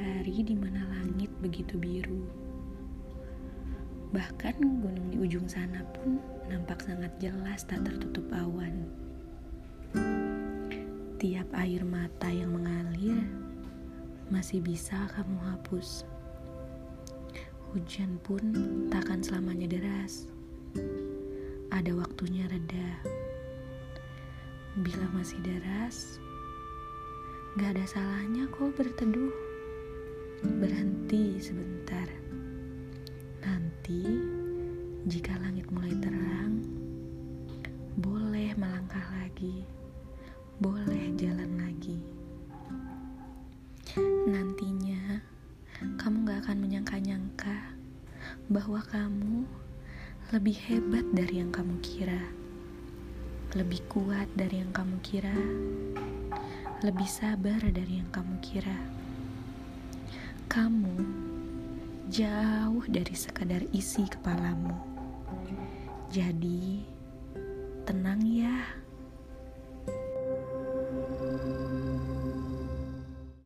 hari di mana langit begitu biru. Bahkan gunung di ujung sana pun nampak sangat jelas tak tertutup awan. Tiap air mata yang mengalir masih bisa kamu hapus. Hujan pun takkan selamanya deras. Ada waktunya reda. Bila masih deras, gak ada salahnya kok berteduh. Berhenti sebentar. Nanti, jika langit mulai terang, boleh melangkah lagi, boleh jalan lagi. Nantinya, kamu gak akan menyangka-nyangka bahwa kamu lebih hebat dari yang kamu kira, lebih kuat dari yang kamu kira, lebih sabar dari yang kamu kira. Kamu jauh dari sekadar isi kepalamu. Jadi, tenang ya.